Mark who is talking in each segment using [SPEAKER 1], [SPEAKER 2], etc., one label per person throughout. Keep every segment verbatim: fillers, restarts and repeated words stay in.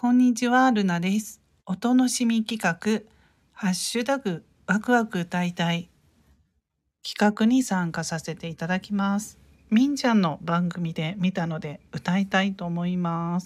[SPEAKER 1] こんにちは、ルナです。お楽しみ企画、ハッシュタグワクワク歌いたい企画に参加させていただきます。みんちゃんの番組で見たので歌いたいと思います。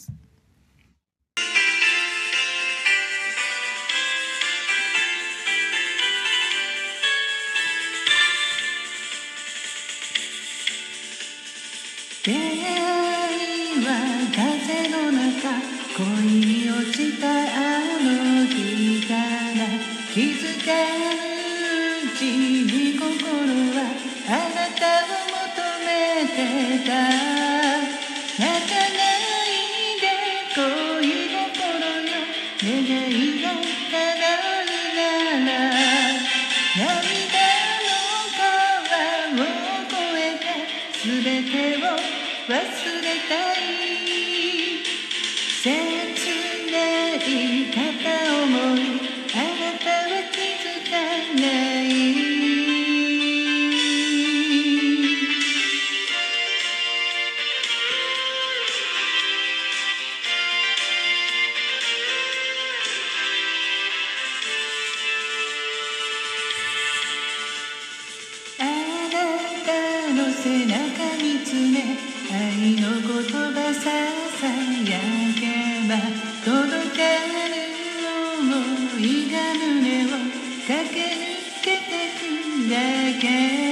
[SPEAKER 1] 出会いは風の中、恋に落ちたあの日から気づかぬうちに心はあなたを求めてた。泣かないで恋心よ、願いが叶うなら涙の川を越えて全てを忘れたい。切ない片思い、あなたは気づかない。あなたの背中見つめ、愛の言葉ささやけば届かぬ想いが胸を駆け抜けてくだけ。